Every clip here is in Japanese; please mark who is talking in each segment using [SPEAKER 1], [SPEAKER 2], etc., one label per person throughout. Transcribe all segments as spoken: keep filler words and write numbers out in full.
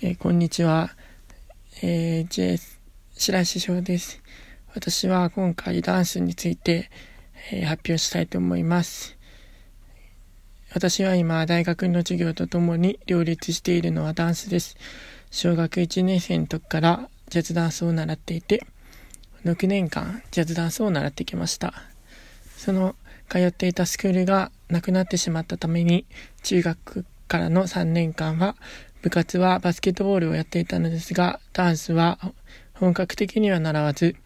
[SPEAKER 1] えー、こんにちは、えー、J 白石翔です。私は今回ダンスについて、えー、発表したいと思います。私は今大学の授業とともに両立しているのはダンスです。小学いちねん生の時からジャズダンスを習っていて、ろくねんかんジャズダンスを習ってきました。その通っていたスクールがなくなってしまったために、中学からのさんねんかんは部活はバスケットボールをやっていたのですが、ダンスは本格的には習わず、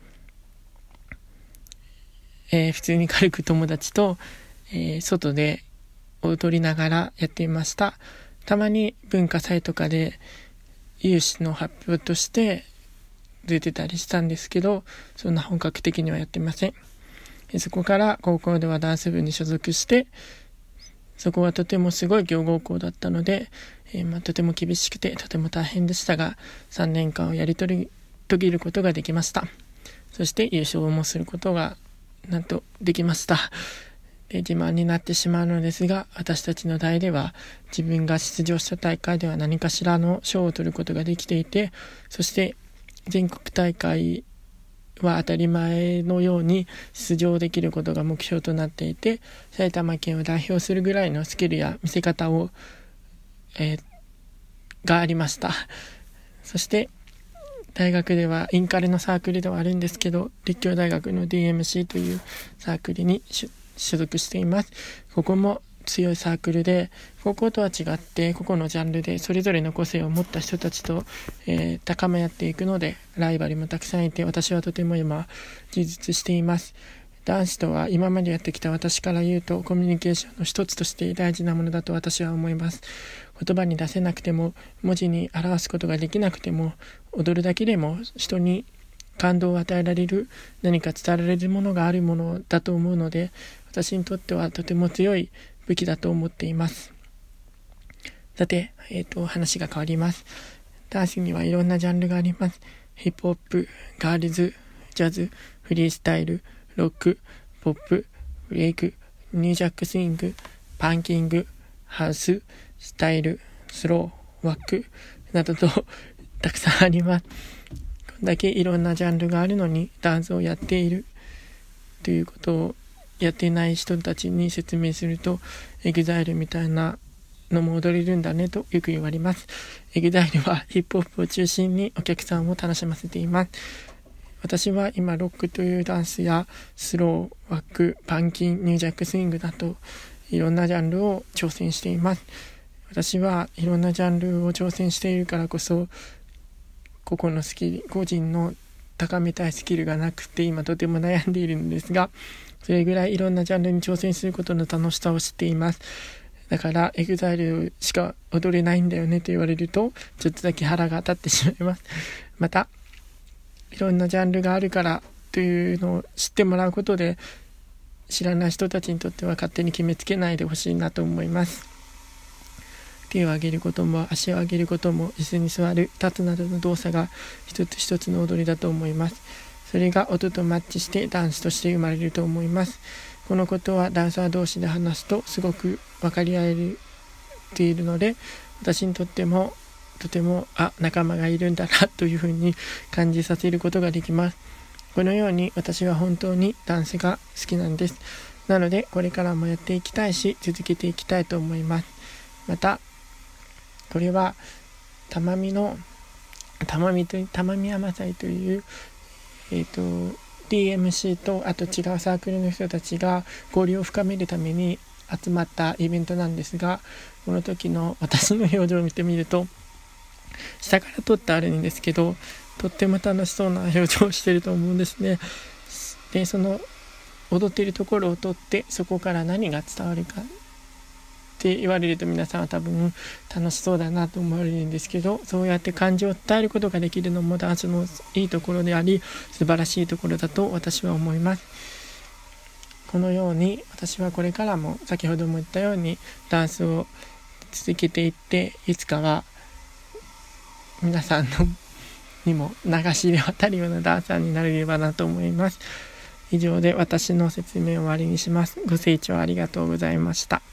[SPEAKER 1] えー、普通に軽く友達と、えー、外で踊りながらやっていました。たまに文化祭とかで有志の発表として出てたりしたんですけど、そんな本格的にはやっていません。そこから高校ではダンス部に所属して、そこはとてもすごい強豪校だったので、えーまあ、とても厳しくてとても大変でしたが、さんねんかんをやり遂げ、遂げることができました。そして優勝もすることがなんとできました。で、自慢になってしまうのですが、私たちの代では自分が出場した大会では何かしらの賞を取ることができていて、そして全国大会は当たり前のように出場できることが目標となっていて、埼玉県を代表するぐらいのスキルや見せ方を、えー、がありました。そして大学ではインカレのサークルではあるんですけど、立教大学の ディーエムシー というサークルに所属しています。ここも強いサークルで、高校とは違って個々のジャンルでそれぞれの個性を持った人たちと、えー、高め合っていくので、ライバルもたくさんいて、私はとても今充実しています。ダンスとは今までやってきた私から言うと、コミュニケーションの一つとして大事なものだと私は思います。言葉に出せなくても、文字に表すことができなくても、踊るだけでも人に感動を与えられる、何か伝えられるものがあるものだと思うので、私にとってはとても強い武器だと思っています。さて、えーと、話が変わります。ダンスにはいろんなジャンルがあります。ヒップホップ、ガールズ、ジャズ、フリースタイル、ロック、ポップ、ブレイク、ニュージャックスイング、パンキング、ハウス、スタイル、スロー、ワックなどとたくさんあります。こんだけいろんなジャンルがあるのにダンスをやっているということをやっていない人たちに説明すると、エグザイルみたいなのも踊れるんだねとよく言われます。エグザイルはヒップホップを中心にお客さんを楽しませています。私は今ロックというダンスやスロー、ワック、パンキン、ニュージャックスイングなどいろんなジャンルを挑戦しています。私はいろんなジャンルを挑戦しているからこそ、個々のスキル、個人の高めたいスキルがなくて今とても悩んでいるのですが、それぐらいいろんなジャンルに挑戦することの楽しさを知っています。だからエグザイルしか踊れないんだよねと言われると、ちょっとだけ腹が立ってしまいます。またいろんなジャンルがあるからというのを知ってもらうことで、知らない人たちにとっては勝手に決めつけないでほしいなと思います。手を上げることも足を上げることも、椅子に座る、立つなどの動作が一つ一つの踊りだと思います。それが音とマッチしてダンスとして生まれると思います。このことはダンサー同士で話すとすごく分かり合えているので、私にとってもとてもあ仲間がいるんだなというふうに感じさせることができます。このように私は本当にダンスが好きなんです。なのでこれからもやっていきたいし、続けていきたいと思います。またこれは玉美の玉美と玉美山祭というえっと ディーエムシー とあと違うサークルの人たちが交流を深めるために集まったイベントなんですが、この時の私の表情を見てみると、下から撮ってあるんですけど、とっても楽しそうな表情をしていると思うんですね。で、その踊っているところを撮って、そこから何が伝わるかって言われると、皆さんは多分楽しそうだなと思われるんですけど、そうやって感情を伝えることができるのもダンスのいいところであり、素晴らしいところだと私は思います。このように私はこれからも先ほども言ったようにダンスを続けていって、いつかは皆さんのにも流し入れ渡るようなダンサーになれればなと思います。以上で私の説明を終わりにします。ご清聴ありがとうございました。